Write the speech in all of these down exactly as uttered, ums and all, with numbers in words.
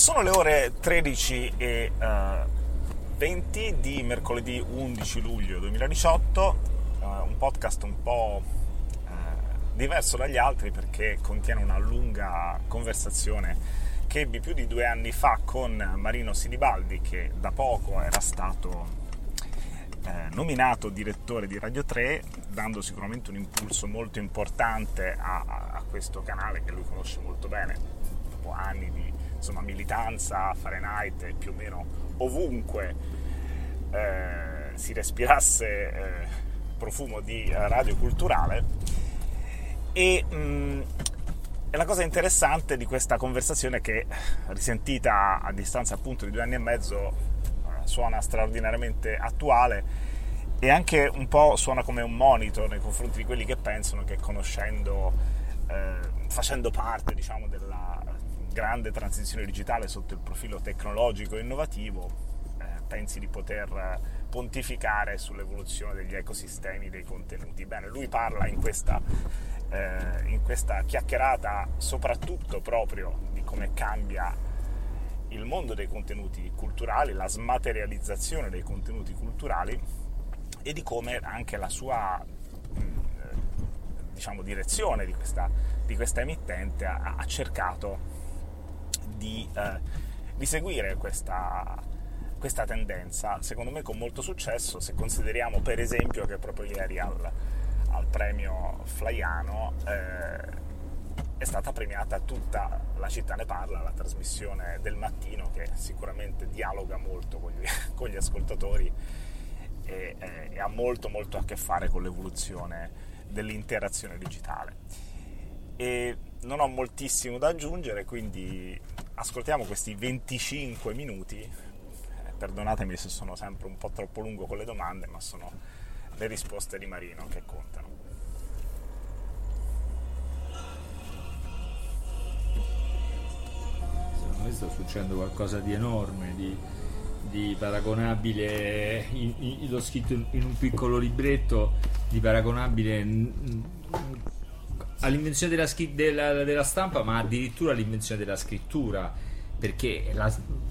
Sono le ore tredici e venti di mercoledì undici luglio duemiladiciotto, uh, un podcast un po' uh, diverso dagli altri perché contiene una lunga conversazione che ebbi più di due anni fa con Marino Sinibaldi, che da poco era stato eh, nominato direttore di Radio tre, dando sicuramente un impulso molto importante a, a, a questo canale che lui conosce molto bene, dopo anni di insomma, militanza, Fahrenheit e più o meno ovunque eh, si respirasse eh, profumo di radio culturale. E, mh, e la cosa interessante di questa conversazione è che, risentita a distanza appunto di due anni e mezzo, eh, suona straordinariamente attuale e anche un po' suona come un monito nei confronti di quelli che pensano che conoscendo, eh, facendo parte diciamo della grande transizione digitale sotto il profilo tecnologico e innovativo, eh, pensi di poter pontificare sull'evoluzione degli ecosistemi dei contenuti. Bene, lui parla in questa, eh, in questa chiacchierata soprattutto proprio di come cambia il mondo dei contenuti culturali, la smaterializzazione dei contenuti culturali e di come anche la sua mh, diciamo direzione di questa, di questa emittente ha, ha cercato Di, eh, di seguire questa, questa tendenza, secondo me con molto successo, se consideriamo per esempio che proprio ieri al, al premio Flaiano eh, è stata premiata Tutta la città ne parla, la trasmissione del mattino che sicuramente dialoga molto con gli, con gli ascoltatori e, e, e ha molto molto a che fare con l'evoluzione dell'interazione digitale. E non ho moltissimo da aggiungere, quindi ascoltiamo questi venticinque minuti. Eh, perdonatemi se sono sempre un po' troppo lungo con le domande, ma sono le risposte di Marino che contano. Secondo me sta succedendo qualcosa di enorme, di, di paragonabile, in, in, l'ho scritto in, in un piccolo libretto, di paragonabile in, all'invenzione della, della, della stampa, ma addirittura all'invenzione della scrittura, perché la,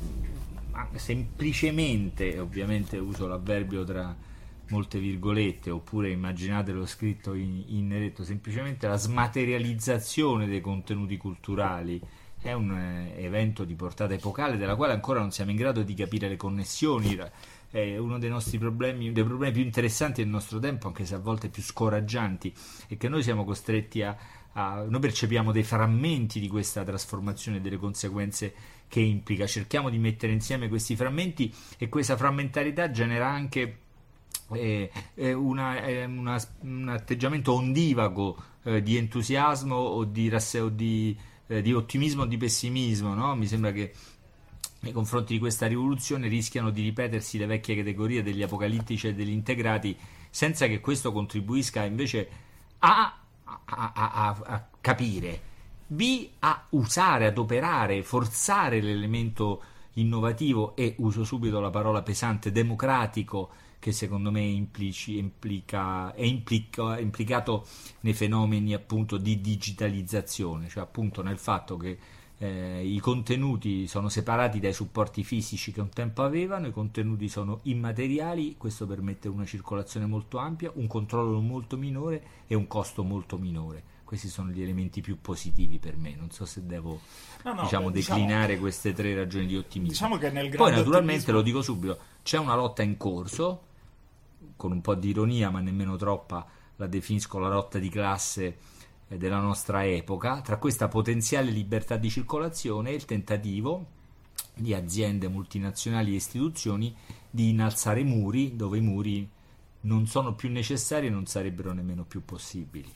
semplicemente, ovviamente uso l'avverbio tra molte virgolette, oppure immaginatelo scritto in, in neretto, semplicemente la smaterializzazione dei contenuti culturali è un eh, evento di portata epocale della quale ancora non siamo in grado di capire le connessioni. È uno dei nostri problemi, dei problemi più interessanti del nostro tempo, anche se a volte più scoraggianti, è che noi siamo costretti a, a noi percepiamo dei frammenti di questa trasformazione e delle conseguenze che implica. Cerchiamo di mettere insieme questi frammenti e questa frammentarietà genera anche eh, una, eh, una, un atteggiamento ondivago eh, di entusiasmo o di, o di, eh, di ottimismo o di pessimismo, no? Mi sembra che nei confronti di questa rivoluzione rischiano di ripetersi le vecchie categorie degli apocalittici e degli integrati, senza che questo contribuisca invece a, a, a, a, a capire, b a usare, ad operare, forzare l'elemento innovativo e, uso subito la parola pesante, democratico, che secondo me implici, implica, è, implica, è implicato nei fenomeni appunto di digitalizzazione, cioè appunto nel fatto che Eh, i contenuti sono separati dai supporti fisici che un tempo avevano, i contenuti sono immateriali, questo permette una circolazione molto ampia, un controllo molto minore e un costo molto minore. Questi sono gli elementi più positivi per me. Non so se devo no, no, diciamo, beh, declinare diciamo, naturalmente tre ragioni di ottimismo. Diciamo che nel Poi naturalmente ottimismo... lo dico subito, c'è una lotta in corso, con un po' di ironia ma nemmeno troppa, la definisco la lotta di classe della nostra epoca, tra questa potenziale libertà di circolazione e il tentativo di aziende multinazionali e istituzioni di innalzare muri dove i muri non sono più necessari e non sarebbero nemmeno più possibili.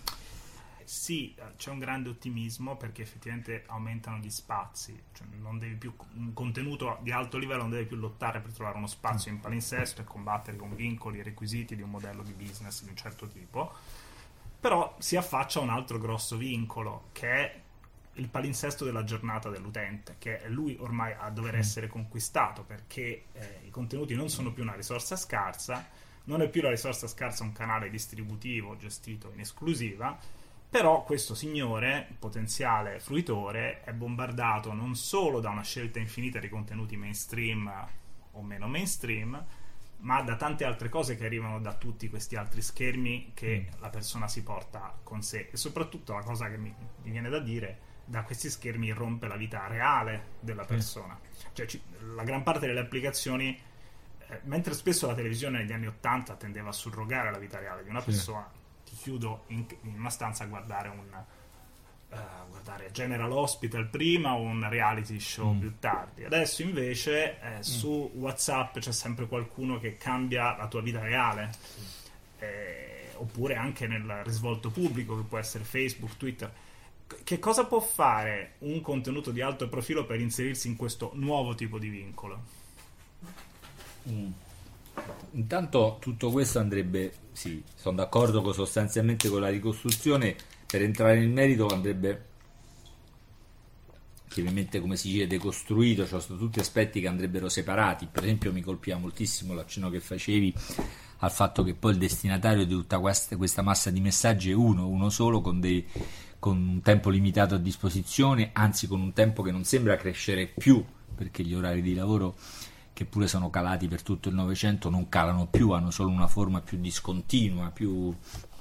Sì, c'è un grande ottimismo perché effettivamente aumentano gli spazi, cioè non devi più, un contenuto di alto livello non deve più lottare per trovare uno spazio in palinsesto e combattere con vincoli e requisiti di un modello di business di un certo tipo. Però si affaccia a un altro grosso vincolo, che è il palinsesto della giornata dell'utente, che è lui ormai a dover essere conquistato, perché eh, i contenuti non sono più una risorsa scarsa, non è più la risorsa scarsa un canale distributivo gestito in esclusiva, Però questo signore, potenziale fruitore, è bombardato non solo da una scelta infinita di contenuti mainstream o meno mainstream, ma da tante altre cose che arrivano da tutti questi altri schermi che la persona si porta con sé. E soprattutto la cosa che mi, mi viene da dire, da questi schermi irrompe la vita reale della persona. Cioè ci, la gran parte delle applicazioni, eh, mentre spesso la televisione negli anni ottanta tendeva a surrogare la vita reale di una persona, ti chiudo in, in una stanza a guardare un uh, guardare General Hospital prima o un reality show mm. più tardi. Adesso invece eh, mm. su WhatsApp c'è sempre qualcuno che cambia la tua vita reale, mm. eh, oppure anche nel risvolto pubblico, che può essere Facebook, Twitter. Che cosa può fare un contenuto di alto profilo per inserirsi in questo nuovo tipo di vincolo? Mm. Intanto tutto questo andrebbe, sì, sono d'accordo con, sostanzialmente con la ricostruzione. Per entrare nel merito andrebbe ovviamente, come si dice, decostruito, cioè sono tutti aspetti che andrebbero separati. Per esempio mi colpiva moltissimo l'accenno che facevi al fatto che poi il destinatario di tutta questa, questa massa di messaggi è uno, uno solo, con dei con un tempo limitato a disposizione, anzi con un tempo che non sembra crescere più, perché gli orari di lavoro, che pure sono calati per tutto il Novecento, non calano più, hanno solo una forma più discontinua, più,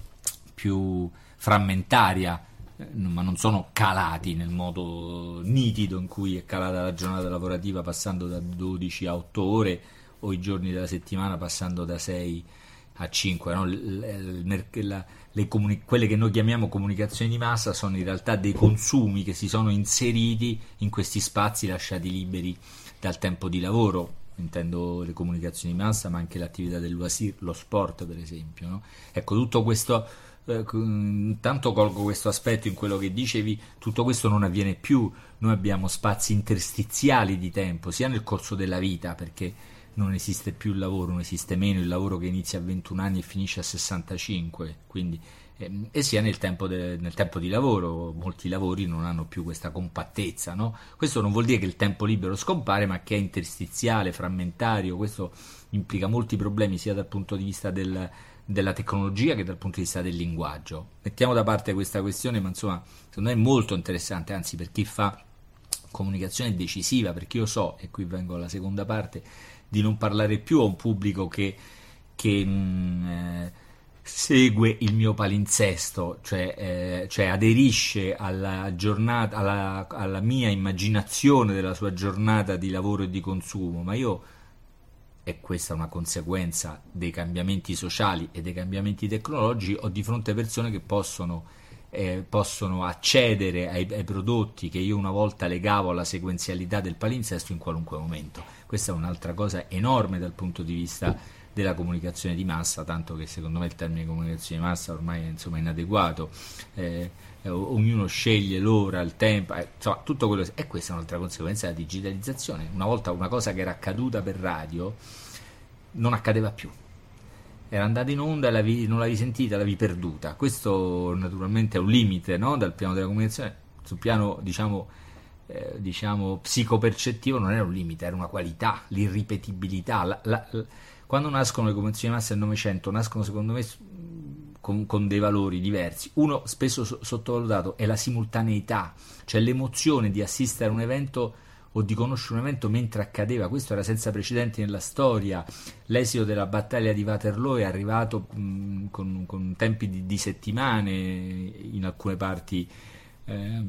più frammentaria, eh, ma non sono calati nel modo nitido in cui è calata la giornata lavorativa, passando da dodici a otto ore, o i giorni della settimana passando da sei a cinque, no? l- l- la, le comuni- quelle che noi chiamiamo comunicazioni di massa sono in realtà dei consumi che si sono inseriti in questi spazi lasciati liberi dal tempo di lavoro. Intendo le comunicazioni di massa, ma anche l'attività del loisir, lo sport per esempio, no? Ecco, tutto questo, eh, intanto colgo questo aspetto in quello che dicevi, tutto questo non avviene più. Noi abbiamo spazi interstiziali di tempo, sia nel corso della vita, perché non esiste più il lavoro, non esiste meno il lavoro che inizia a ventuno anni e finisce a sessantacinque, quindi, ehm, e sia nel tempo, de, nel tempo di lavoro. Molti lavori non hanno più questa compattezza, no? Questo non vuol dire che il tempo libero scompare, ma che è interstiziale, frammentario. Questo implica molti problemi sia dal punto di vista del, della tecnologia che dal punto di vista del linguaggio. Mettiamo da parte questa questione, ma insomma secondo me è molto interessante, anzi per chi fa comunicazione è decisiva, perché io so, e qui vengo alla seconda parte, di non parlare più a un pubblico che, che mh, eh, segue il mio palinsesto, cioè, eh, cioè aderisce alla giornata, alla, alla mia immaginazione della sua giornata di lavoro e di consumo, ma io, e questa è una conseguenza dei cambiamenti sociali e dei cambiamenti tecnologici, ho di fronte persone che possono Eh, possono accedere ai, ai prodotti che io una volta legavo alla sequenzialità del palinsesto in qualunque momento. Questa è un'altra cosa enorme dal punto di vista della comunicazione di massa, tanto che secondo me il termine comunicazione di massa ormai è, insomma, inadeguato. Eh, eh, ognuno sceglie l'ora, il tempo, eh, insomma tutto quello, e questa è un'altra conseguenza della digitalizzazione. Una volta una cosa che era accaduta per radio non accadeva più, era andata in onda e l'avevi, non l'avevi sentita, l'avevi perduta. Questo naturalmente è un limite, no? Dal piano della comunicazione. Sul piano, diciamo, eh, diciamo psicopercettivo non era un limite, era una qualità, l'irripetibilità. La, la, la, quando nascono le comunicazioni di massa del Novecento, nascono secondo me con, con dei valori diversi. Uno spesso so, sottovalutato è la simultaneità, cioè l'emozione di assistere a un evento o di conoscere un evento mentre accadeva. Questo era senza precedenti nella storia. L'esito della battaglia di Waterloo è arrivato mh, con, con tempi di, di settimane in alcune parti eh,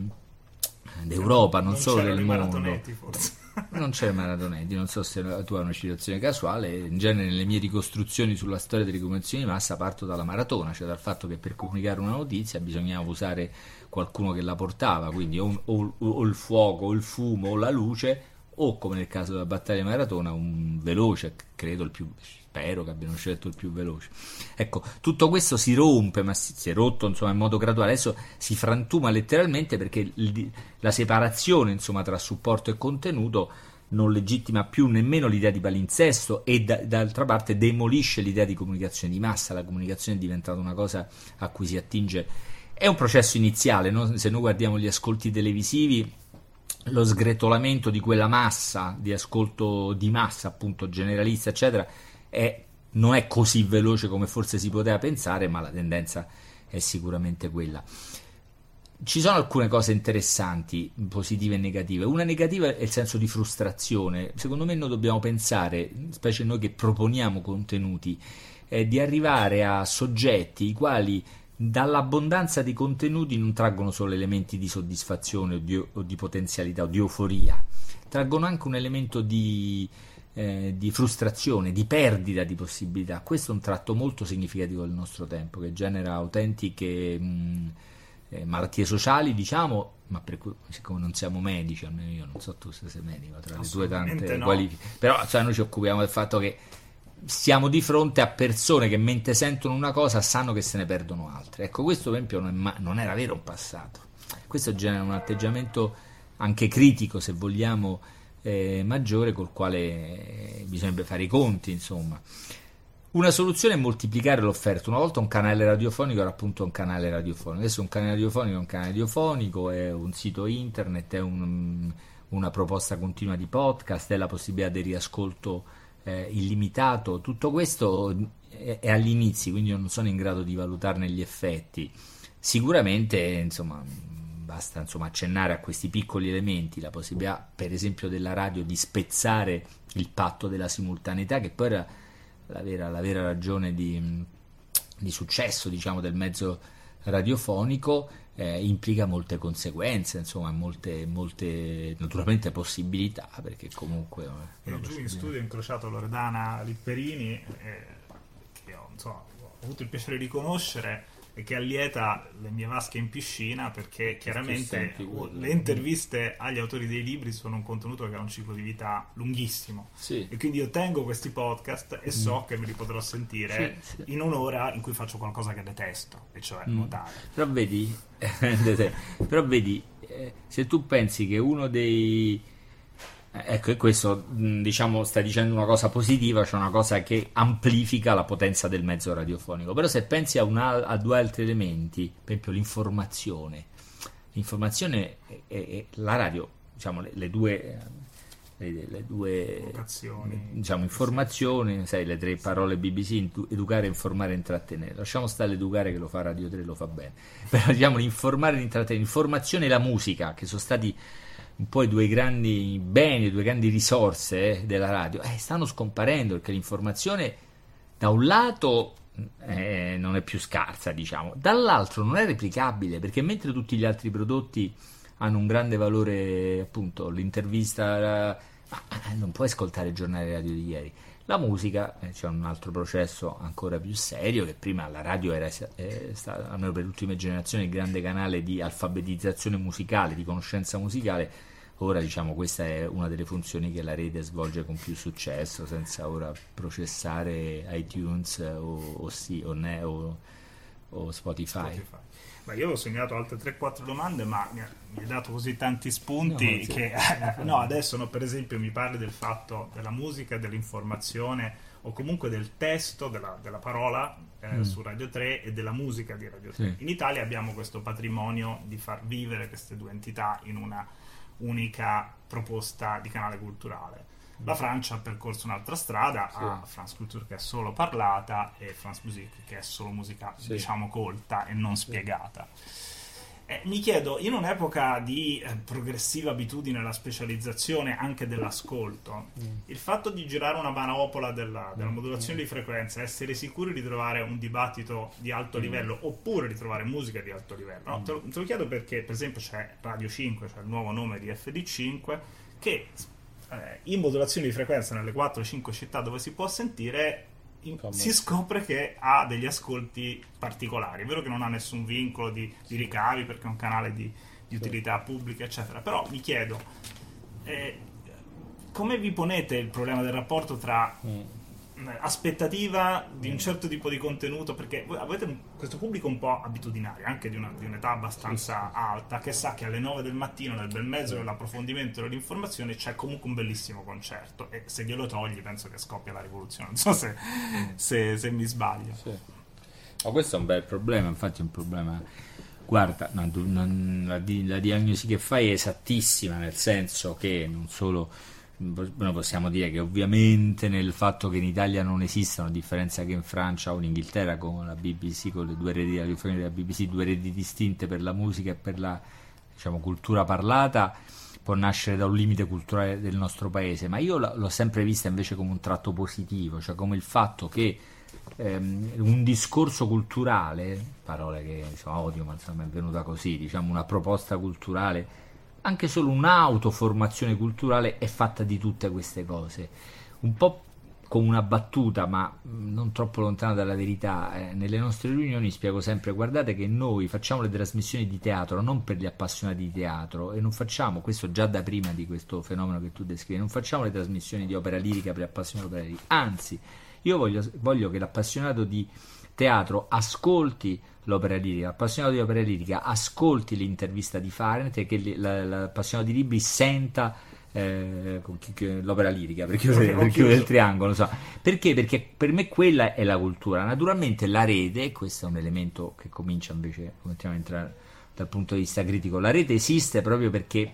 d'Europa, non, non solo del mondo. Forse. Non c'era Maratonetti, non so se tu hai una citazione casuale. In genere nelle mie ricostruzioni sulla storia delle comunicazioni di massa parto dalla maratona, cioè dal fatto che per comunicare una notizia bisognava usare qualcuno che la portava, quindi o, o, o il fuoco, o il fumo, o la luce, o come nel caso della battaglia di Maratona un veloce, credo il più, spero che abbiano scelto il più veloce. Ecco, tutto questo si rompe, ma si, si è rotto insomma in modo graduale, adesso si frantuma letteralmente, perché il, la separazione insomma tra supporto e contenuto non legittima più nemmeno l'idea di palinsesto e da, d'altra parte demolisce l'idea di comunicazione di massa. La comunicazione è diventata una cosa a cui si attinge. È un processo iniziale, no? Se noi guardiamo gli ascolti televisivi, lo sgretolamento di quella massa di ascolto di massa, appunto generalista eccetera, è, non è così veloce come forse si poteva pensare, ma la tendenza è sicuramente quella. ci sono alcune cose interessanti, positive e negative. Una negativa è il senso di frustrazione. Secondo me noi dobbiamo pensare, specie noi che proponiamo contenuti, eh, di arrivare a soggetti i quali dall'abbondanza di contenuti non traggono solo elementi di soddisfazione o di, o di potenzialità o di euforia, traggono anche un elemento di, eh, di frustrazione, di perdita di possibilità. Questo è un tratto molto significativo del nostro tempo, che genera autentiche mh, eh, malattie sociali, diciamo, ma per cui, siccome non siamo medici, almeno io non so tu se sei medico, tra le tue tante no. qualifiche, però cioè, noi ci occupiamo del fatto che siamo di fronte a persone che mentre sentono una cosa sanno che se ne perdono altre. Ecco, questo per esempio non, è ma- non era vero in passato. Questo genera un atteggiamento anche critico, se vogliamo, eh, maggiore, col quale eh, bisognerebbe fare i conti, insomma. Una soluzione è moltiplicare l'offerta. Una volta un canale radiofonico era appunto un canale radiofonico, adesso un canale radiofonico è un canale radiofonico, è un sito internet, è un, una proposta continua di podcast, è la possibilità di riascolto eh, illimitato. Tutto questo è, è agli inizi, quindi io non sono in grado di valutarne gli effetti. Sicuramente, insomma, basta insomma accennare a questi piccoli elementi, la possibilità per esempio della radio di spezzare il patto della simultaneità, che poi era La vera, la vera ragione di, di successo, diciamo, del mezzo radiofonico, eh, implica molte conseguenze, insomma, molte, molte naturalmente possibilità, perché comunque eh, giù in studio ho incrociato Loredana Lipperini, eh, che ho, insomma, ho avuto il piacere di conoscere e che allieta le mie vasche in piscina, perché chiaramente le interviste agli autori dei libri sono un contenuto che ha un ciclo di vita lunghissimo, sì. E quindi io tengo questi podcast e so mm. che me li potrò sentire sì, sì. in un'ora in cui faccio qualcosa che detesto, e cioè mm. nuotare. Però vedi, però vedi eh, se tu pensi che uno dei ecco, e questo diciamo sta dicendo una cosa positiva, cioè una cosa che amplifica la potenza del mezzo radiofonico. Però se pensi a, una, a due altri elementi, per esempio l'informazione, l'informazione e, e la radio, diciamo le, le due le, le due vocazioni, diciamo informazione, sai, le tre parole B B C, educare, informare, intrattenere. Lasciamo stare l'educare che lo fa Radio tre, lo fa bene, però diciamo l'informare e l'intrattenere, l'informazione e la musica, che sono stati un po' i due grandi beni, le due grandi risorse eh, della radio, eh, stanno scomparendo, perché l'informazione da un lato eh, non è più scarsa, diciamo, dall'altro non è replicabile, perché mentre tutti gli altri prodotti hanno un grande valore, appunto l'intervista, ma non puoi ascoltare il giornale radio di ieri. La musica, eh, c'è un altro processo ancora più serio, che prima la radio era, eh, stata, almeno per le ultime generazioni, il grande canale di alfabetizzazione musicale, di conoscenza musicale. Ora, diciamo, questa è una delle funzioni che la rete svolge con più successo, senza ora processare iTunes o, o, sì, o, ne, o, o Spotify. Spotify. Ma io ho segnato altre tre quattro domande, ma mi hai dato così tanti spunti no, sì. che no, adesso no, per esempio mi parli del fatto della musica, dell'informazione o comunque del testo, della, della parola eh, mm. su Radio tre e della musica di Radio tre. Sì. In Italia abbiamo questo patrimonio di far vivere queste due entità in una unica proposta di canale culturale. La Francia ha percorso un'altra strada, sì. ha France Culture che è solo parlata e France Musique che è solo musica, sì. diciamo, colta e non spiegata. Eh, mi chiedo, in un'epoca di eh, progressiva abitudine alla specializzazione anche dell'ascolto, mm. il fatto di girare una manopola della, della modulazione mm. di frequenza, essere sicuri di trovare un dibattito di alto mm. livello oppure di trovare musica di alto livello, no? mm. te, lo, te lo chiedo perché per esempio c'è Radio cinque, cioè il nuovo nome di F D cinque, che eh, in modulazione di frequenza nelle quattro cinque città dove si può sentire In, si scopre che ha degli ascolti particolari. È vero che non ha nessun vincolo di, di ricavi perché è un canale di, di utilità pubblica eccetera, però mi chiedo eh, come vi ponete il problema del rapporto tra mm. aspettativa di un certo tipo di contenuto, perché voi avete un, questo pubblico un po' abitudinario, anche di, una, di un'età abbastanza sì. alta, che sa che alle nove del mattino, nel bel mezzo dell'approfondimento dell'informazione, c'è comunque un bellissimo concerto, e se glielo togli penso che scoppia la rivoluzione. Non so se, se, se mi sbaglio. Sì. Ma questo è un bel problema, infatti è un problema. Guarda, no, non, la, la diagnosi che fai è esattissima, nel senso che non solo noi possiamo dire che ovviamente nel fatto che in Italia non esistano, a differenza che in Francia o in Inghilterra con la B B C, con le due reti della B B C, due reti distinte per la musica e per la, diciamo, cultura parlata, può nascere da un limite culturale del nostro paese, ma io l'ho sempre vista invece come un tratto positivo, cioè come il fatto che ehm, un discorso culturale, parole che insomma, odio, ma insomma è venuta così, diciamo una proposta culturale, anche solo un'autoformazione culturale è fatta di tutte queste cose, un po' come una battuta, ma non troppo lontana dalla verità. Eh, nelle nostre riunioni spiego sempre: guardate che noi facciamo le trasmissioni di teatro non per gli appassionati di teatro, e non facciamo, questo già da prima di questo fenomeno che tu descrivi, non facciamo le trasmissioni di opera lirica per gli appassionati di opera lirica, anzi io voglio, voglio che l'appassionato di teatro ascolti l'opera lirica, l'appassionato di opera lirica ascolti l'intervista di Fahrenheit, e che l'appassionato di libri senta eh, l'opera lirica, per chiudere, per chiudere il triangolo, so. Perché? Perché per me quella è la cultura. Naturalmente la rete, questo è un elemento che comincia invece cominciamo a entrare dal punto di vista critico, la rete esiste proprio perché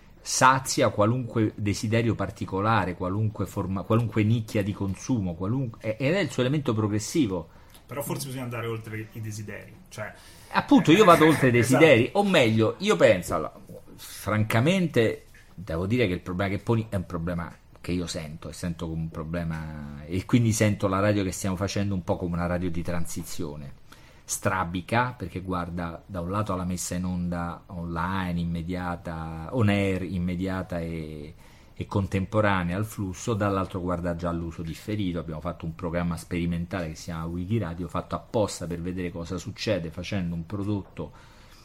sazia qualunque desiderio particolare, qualunque forma, qualunque nicchia di consumo, qualunque, ed è il suo elemento progressivo. Però forse bisogna andare oltre i desideri, cioè appunto io vado oltre i desideri, esatto. O meglio, io penso, allora, francamente devo dire che il problema che poni è un problema che io sento e sento come un problema, e quindi sento la radio che stiamo facendo un po' come una radio di transizione strabica, perché guarda da un lato alla messa in onda online immediata, on air immediata e e contemporanea al flusso, dall'altro guarda già all'uso differito. Abbiamo fatto un programma sperimentale che si chiama Wikiradio, fatto apposta per vedere cosa succede facendo un prodotto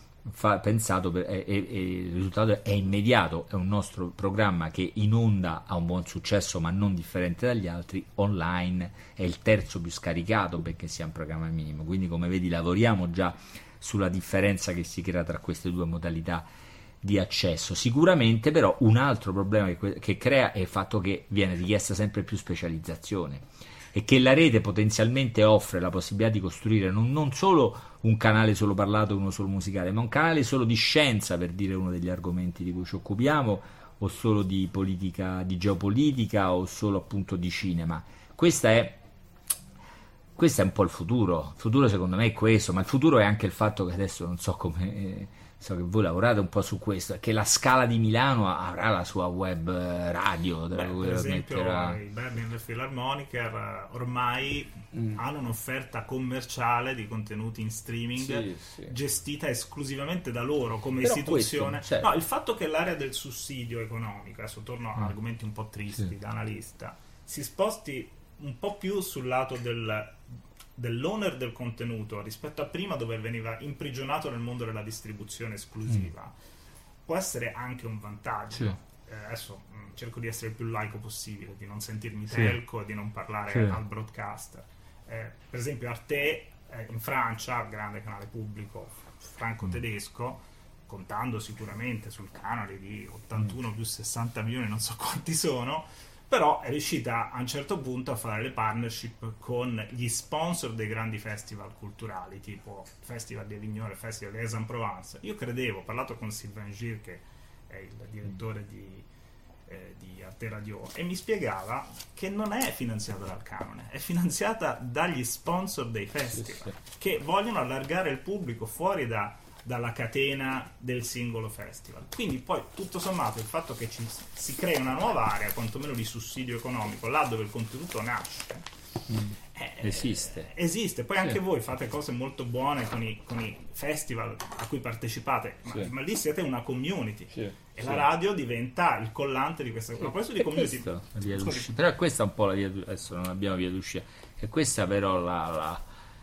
fa, pensato per, e, e, e il risultato è immediato. È un nostro programma che in onda ha un buon successo, ma non differente dagli altri. Online è il terzo più scaricato perché sia un programma minimo, quindi come vedi lavoriamo già sulla differenza che si crea tra queste due modalità di accesso. Sicuramente però un altro problema che, che crea è il fatto che viene richiesta sempre più specializzazione, e che la rete potenzialmente offre la possibilità di costruire non, non solo un canale solo parlato e uno solo musicale, ma un canale solo di scienza, per dire uno degli argomenti di cui ci occupiamo, o solo di politica, di geopolitica, o solo appunto di cinema. Questa è questo è un po' il futuro. Il futuro secondo me è questo, ma il futuro è anche il fatto che adesso non so come eh, so che voi lavorate un po' su questo, è che la Scala di Milano avrà la sua web radio. Beh, per esempio metterà... i Berliner Philharmoniker ormai mm. hanno un'offerta commerciale di contenuti in streaming, sì, sì. gestita esclusivamente da loro come però istituzione. Questo, certo. No, il fatto che l'area del sussidio economico, adesso torno a mm. argomenti un po' tristi sì. da analista, si sposti un po' più sul lato del dell'owner del contenuto rispetto a prima, dove veniva imprigionato nel mondo della distribuzione esclusiva, mm. può essere anche un vantaggio. Sì. Eh, adesso mh, cerco di essere il più laico possibile, di non sentirmi sì. telco e di non parlare sì. al broadcaster. Eh, per esempio Arte eh, in Francia, grande canale pubblico franco-tedesco, contando sicuramente sul canale di ottantuno mm. più sessanta milioni, non so quanti sono, però è riuscita a un certo punto a fare le partnership con gli sponsor dei grandi festival culturali, tipo Festival di Avignon, Festival di Aix-en-Provence. Io credevo, ho parlato con Sylvain Gir, che è il direttore di, eh, di Arte Radio, e mi spiegava che non è finanziata dal canone, è finanziata dagli sponsor dei festival, sì, sì. che vogliono allargare il pubblico fuori da dalla catena del singolo festival. Quindi poi tutto sommato il fatto che ci, si crei una nuova area, quantomeno di sussidio economico, là dove il contenuto nasce, mm. eh, esiste esiste poi sì. anche voi fate cose molto buone con i, con i festival a cui partecipate, ma, sì. ma lì siete una community sì. e sì. la radio diventa il collante di questa cosa. Sì. Di community. Però questa è un po' la via, adesso non abbiamo via d'uscita, e questa però la, la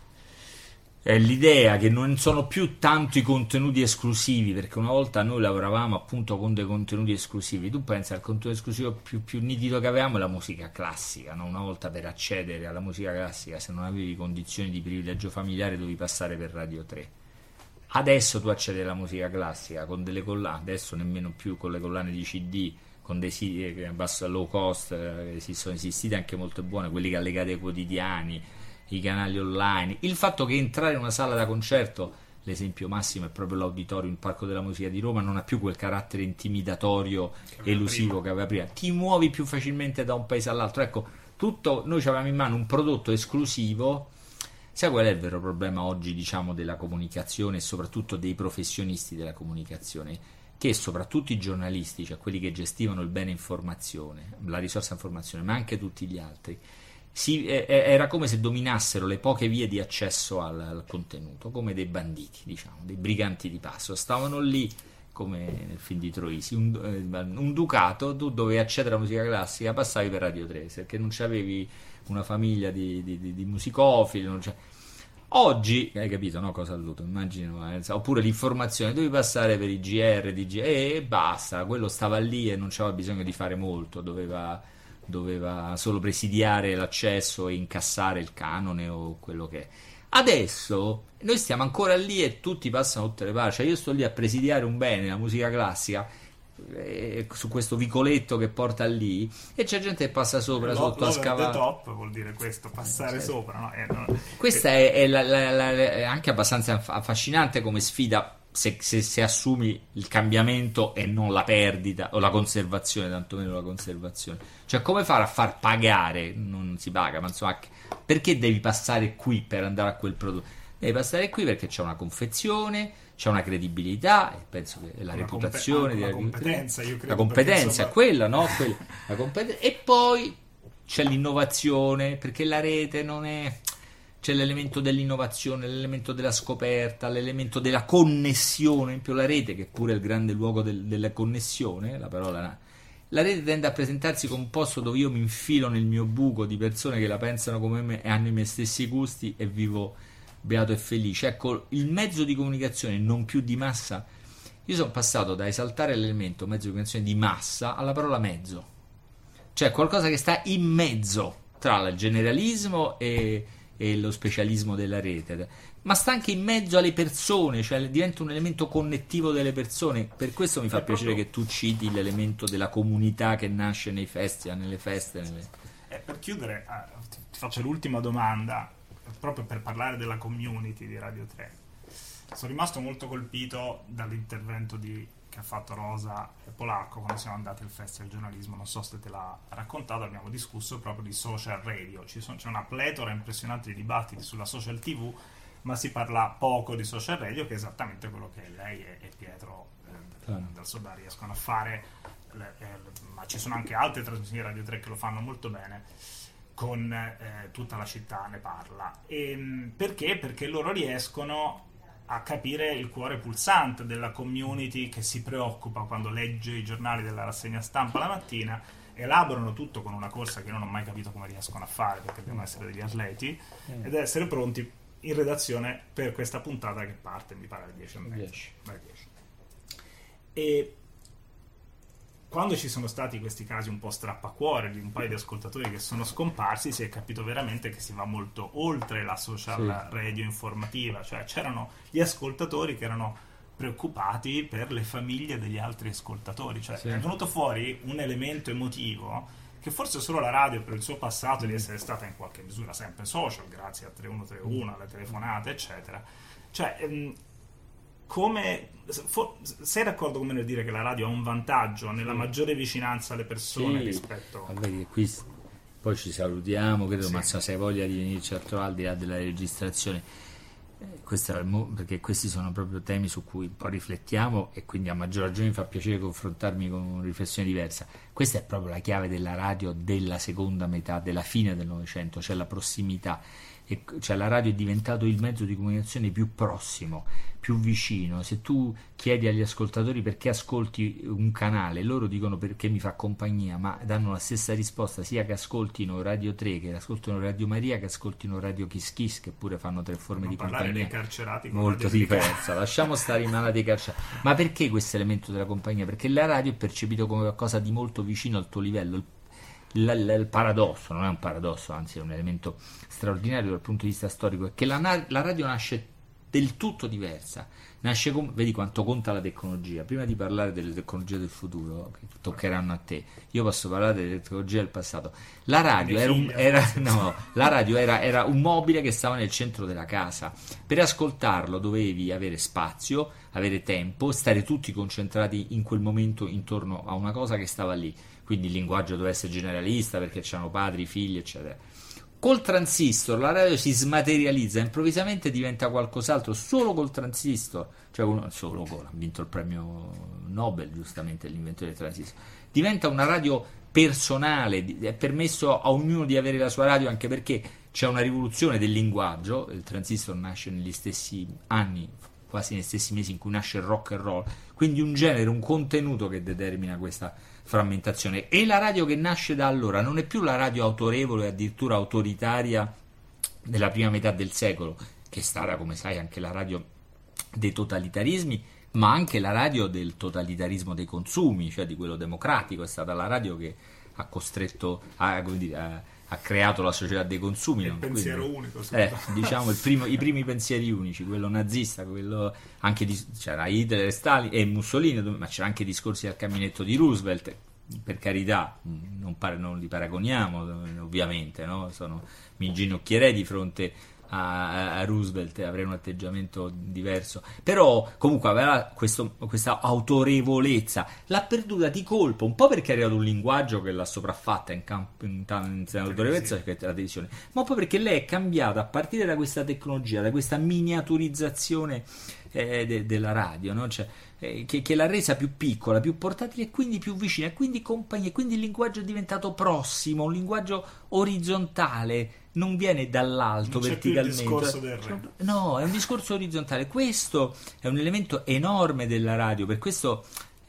è l'idea che non sono più tanto i contenuti esclusivi, perché una volta noi lavoravamo appunto con dei contenuti esclusivi. Tu pensi al contenuto esclusivo più, più nitido che avevamo è la musica classica, no? Una volta per accedere alla musica classica, se non avevi condizioni di privilegio familiare, dovevi passare per Radio tre. Adesso tu accedi alla musica classica con delle collane, adesso nemmeno più con le collane di C D, con dei siti che basso low cost, eh, sono esistiti anche molto buone, quelli collegati ai quotidiani, i canali online. Il fatto che entrare in una sala da concerto l'esempio massimo è proprio l'Auditorium, il Parco della Musica di Roma, non ha più quel carattere intimidatorio, che elusivo prima. Che aveva prima, ti muovi più facilmente da un paese all'altro. Ecco, tutto, noi avevamo in mano un prodotto esclusivo. Sai qual è il vero problema oggi, diciamo, della comunicazione e soprattutto dei professionisti della comunicazione? Che soprattutto i giornalisti, cioè quelli che gestivano il bene informazione, la risorsa informazione, ma anche tutti gli altri, si, eh, era come se dominassero le poche vie di accesso al, al contenuto, come dei banditi, diciamo, dei briganti di passo. Stavano lì, come nel film di Troisi, un, eh, un ducato, tu dovevi accedere alla musica classica, passavi per Radio tre, perché non c'avevi una famiglia di, di, di, di musicofili, non c'è... Oggi, hai capito, no? Cosa alludo? Immagino, eh, oppure l'informazione, dovevi passare per i G R, D G e basta, quello stava lì e non c'aveva bisogno di fare molto, doveva, doveva solo presidiare l'accesso e incassare il canone o quello che è. Adesso noi stiamo ancora lì e tutti passano tutte le parti, cioè io sto lì a presidiare un bene, la musica classica, eh, su questo vicoletto che porta lì, e c'è gente che passa sopra, Lo, sotto a scavare. The top vuol dire questo, passare certo. sopra, no? Eh, no. Questa è, è, la, la, la, è anche abbastanza affascinante come sfida, se, se, se assumi il cambiamento e non la perdita o la conservazione, tantomeno la conservazione. Cioè, come fare a far pagare? Non si paga, ma insomma, perché devi passare qui per andare a quel prodotto? Devi passare qui perché c'è una confezione, c'è una credibilità, e penso che la una reputazione, compe- la competenza, io credo, la competenza insomma... è quella, no? Quella, la competen- e poi c'è l'innovazione, perché la rete non è, c'è l'elemento dell'innovazione, l'elemento della scoperta, l'elemento della connessione, in più la rete, che è pure il grande luogo del, della connessione, la parola, la rete tende a presentarsi come un posto dove io mi infilo nel mio buco di persone che la pensano come me e hanno i miei stessi gusti e vivo beato e felice. Ecco, il mezzo di comunicazione non più di massa, io sono passato da esaltare l'elemento mezzo di comunicazione di massa alla parola mezzo, cioè qualcosa che sta in mezzo tra il generalismo e, e lo specialismo della rete, ma sta anche in mezzo alle persone, cioè diventa un elemento connettivo delle persone. Per questo mi fa è piacere proprio... che tu citi l'elemento della comunità che nasce nei festival, nelle feste, nelle... Eh, per chiudere eh, ti faccio l'ultima domanda, proprio per parlare della community di Radio tre. Sono rimasto molto colpito dall'intervento di, che ha fatto Rosa Polacco quando siamo andati al Festival Giornalismo, non so se te l'ha raccontato, abbiamo discusso proprio di social radio. Ci sono, c'è una pletora impressionante di dibattiti sulla social tivù, ma si parla poco di social radio, che è esattamente quello che lei e, e Pietro eh, ah. dal Soda riescono a fare, le, eh, ma ci sono anche altre trasmissioni di Radio tre che lo fanno molto bene, con eh, tutta la città ne parla. E, perché? Perché loro riescono a capire il cuore pulsante della community che si preoccupa quando legge i giornali della rassegna stampa la mattina, elaborano tutto con una corsa che non ho mai capito come riescono a fare, perché devono essere degli atleti, mm. ed essere pronti in redazione per questa puntata che parte, mi pare alle dieci e mezza. E quando ci sono stati questi casi un po' strappacuore di un paio di ascoltatori che sono scomparsi, si è capito veramente che si va molto oltre la social sì. radio informativa, cioè c'erano gli ascoltatori che erano preoccupati per le famiglie degli altri ascoltatori, cioè sì. è venuto fuori un elemento emotivo che forse solo la radio, per il suo passato di essere stata in qualche misura sempre social, grazie a tre uno tre uno, alle telefonate eccetera, cioè ehm, come for, sei d'accordo con me nel dire che la radio ha un vantaggio nella sì. maggiore vicinanza alle persone sì. rispetto Vabbè, qui poi ci salutiamo, credo, sì. ma se hai voglia di venirci a trovare al di là della registrazione, eh, questo è mo- perché questi sono proprio temi su cui un po' riflettiamo, e quindi a maggior ragione mi fa piacere confrontarmi con una riflessione diversa. Questa è proprio la chiave della radio della seconda metà, della fine del Novecento, cioè la prossimità. E cioè la radio è diventato il mezzo di comunicazione più prossimo, più vicino. Se tu chiedi agli ascoltatori perché ascolti un canale, loro dicono perché mi fa compagnia, ma danno la stessa risposta sia che ascoltino Radio tre, che ascoltino Radio Maria, che ascoltino Radio Kiss Kiss, che pure fanno tre forme non di compagnia dei carcerati molto diversa. Lasciamo stare i malati carcerati. Ma perché questo elemento della compagnia? Perché la radio è percepito come qualcosa di molto vicino al tuo livello. Il Il, il, il paradosso, non è un paradosso, anzi è un elemento straordinario dal punto di vista storico, è che la, la radio nasce del tutto diversa. Nasce con, vedi quanto conta la tecnologia. Prima di parlare delle tecnologie del futuro che toccheranno a te, io posso parlare delle tecnologie del passato. La radio era un, era, no, la radio era, era un mobile che stava nel centro della casa. Per ascoltarlo dovevi avere spazio, avere tempo, stare tutti concentrati in quel momento intorno a una cosa che stava lì. Quindi il linguaggio doveva essere generalista perché c'erano padri, figli, eccetera. Col transistor la radio si smaterializza, improvvisamente diventa qualcos'altro, solo col transistor, cioè uno, solo con, ha vinto il premio Nobel giustamente l'inventore del transistor, diventa una radio personale, è permesso a ognuno di avere la sua radio, anche perché c'è una rivoluzione del linguaggio. Il transistor nasce negli stessi anni, quasi negli stessi mesi in cui nasce il rock and roll, quindi un genere, un contenuto che determina questa frammentazione. E la radio che nasce da allora non è più la radio autorevole e addirittura autoritaria della prima metà del secolo, che è stata, come sai, anche la radio dei totalitarismi, ma anche la radio del totalitarismo dei consumi, cioè di quello democratico. È stata la radio che ha costretto a, come dire, a, ha creato la società dei consumi, il non? pensiero Quindi, unico, eh, diciamo il primo, i primi pensieri unici, quello nazista, quello anche di, c'era Hitler e Stalin e Mussolini, ma c'era anche discorsi al caminetto di Roosevelt, per carità, non, pare, non li paragoniamo ovviamente, no? Sono, mi inginocchierei di fronte a, a Roosevelt e avrei un atteggiamento diverso, però comunque aveva questo, questa autorevolezza, l'ha perduta di colpo, un po' perché è arrivato un linguaggio che l'ha sopraffatta in, camp- in, in, in autorevolezza, che è la televisione, ma poi perché lei è cambiata a partire da questa tecnologia, da questa miniaturizzazione eh, de- della radio, no? Cioè, eh, che, che l'ha resa più piccola, più portatile e quindi più vicina, e quindi compagnia, quindi il linguaggio è diventato prossimo, un linguaggio orizzontale, non viene dall'alto non verticalmente. C'è più il discorso del re. No, è un discorso orizzontale. Questo è un elemento enorme della radio, per questo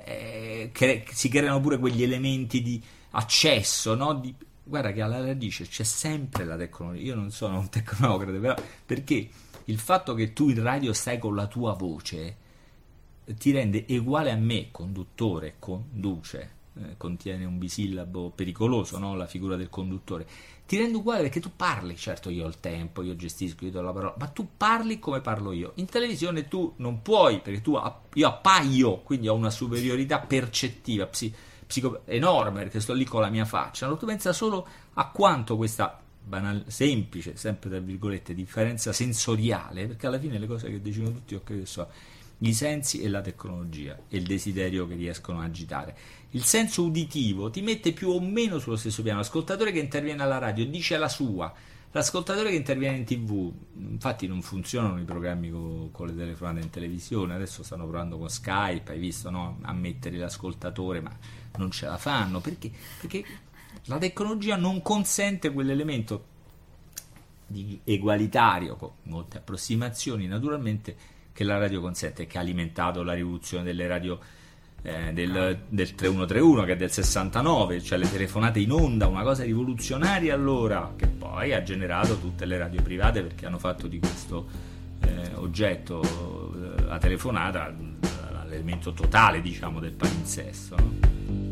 eh, cre- si creano pure quegli elementi di accesso, no? Di, guarda che alla radice c'è sempre la tecnologia. Io non sono un tecnocrate, però perché il fatto che tu in radio stai con la tua voce ti rende uguale a me, conduttore, conduce, eh, contiene un bisillabo pericoloso, no? La figura del conduttore. Ti rende uguale perché tu parli, certo io ho il tempo, io gestisco, io do la parola, ma tu parli come parlo io. In televisione tu non puoi, perché tu io appaio, quindi ho una superiorità percettiva, psi, psico, enorme, perché sto lì con la mia faccia. No? Tu pensa solo a quanto questa banal, semplice, sempre tra virgolette, differenza sensoriale, perché alla fine le cose che decidono tutti, io credo che so, i sensi e la tecnologia e il desiderio che riescono a agitare. Il senso uditivo ti mette più o meno sullo stesso piano. L'ascoltatore che interviene alla radio dice la sua, l'ascoltatore che interviene in tv, infatti non funzionano i programmi con, con le telefonate in televisione, adesso stanno provando con Skype, hai visto, no? A mettere l'ascoltatore, ma non ce la fanno, perché? Perché la tecnologia non consente quell'elemento di egualitario, con molte approssimazioni naturalmente, che la radio consente, che ha alimentato la rivoluzione delle radio eh, del, del trentuno trentuno, che è del sessantanove, cioè le telefonate in onda, una cosa rivoluzionaria allora, che poi ha generato tutte le radio private, perché hanno fatto di questo eh, oggetto, eh, la telefonata, l'elemento totale, diciamo, del palinsesto, no?